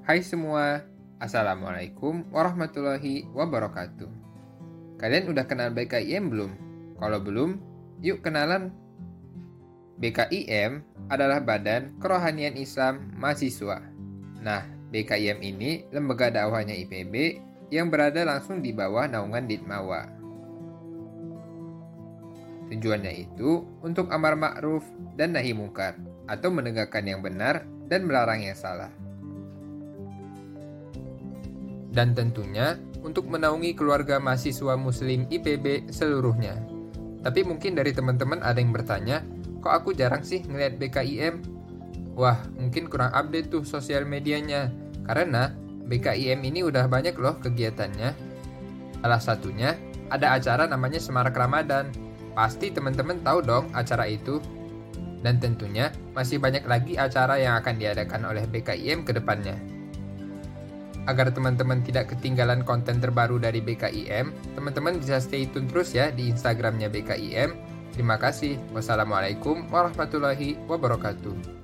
Hai semua, Assalamualaikum warahmatullahi wabarakatuh. Kalian udah kenal BKIM belum? Kalau belum, yuk kenalan. BKIM adalah Badan Kerohanian Islam Mahasiswa. Nah, BKIM ini lembaga dakwahnya IPB yang berada langsung di bawah naungan Ditmawa. Tujuannya itu untuk amar ma'ruf dan nahi mungkar, atau menegakkan yang benar dan melarang yang salah. Dan tentunya untuk menaungi keluarga mahasiswa muslim IPB seluruhnya. Tapi mungkin dari teman-teman ada yang bertanya, kok aku jarang sih ngeliat BKIM? Wah, mungkin kurang update tuh sosial medianya, karena BKIM ini udah banyak loh kegiatannya. Salah satunya ada acara namanya Semarak Ramadan. Pasti teman-teman tahu dong acara itu. Dan tentunya masih banyak lagi acara yang akan diadakan oleh BKIM ke depannya. Agar teman-teman tidak ketinggalan konten terbaru dari BKIM, teman-teman bisa stay tune terus ya di Instagramnya BKIM. Terima kasih. Wassalamualaikum warahmatullahi wabarakatuh.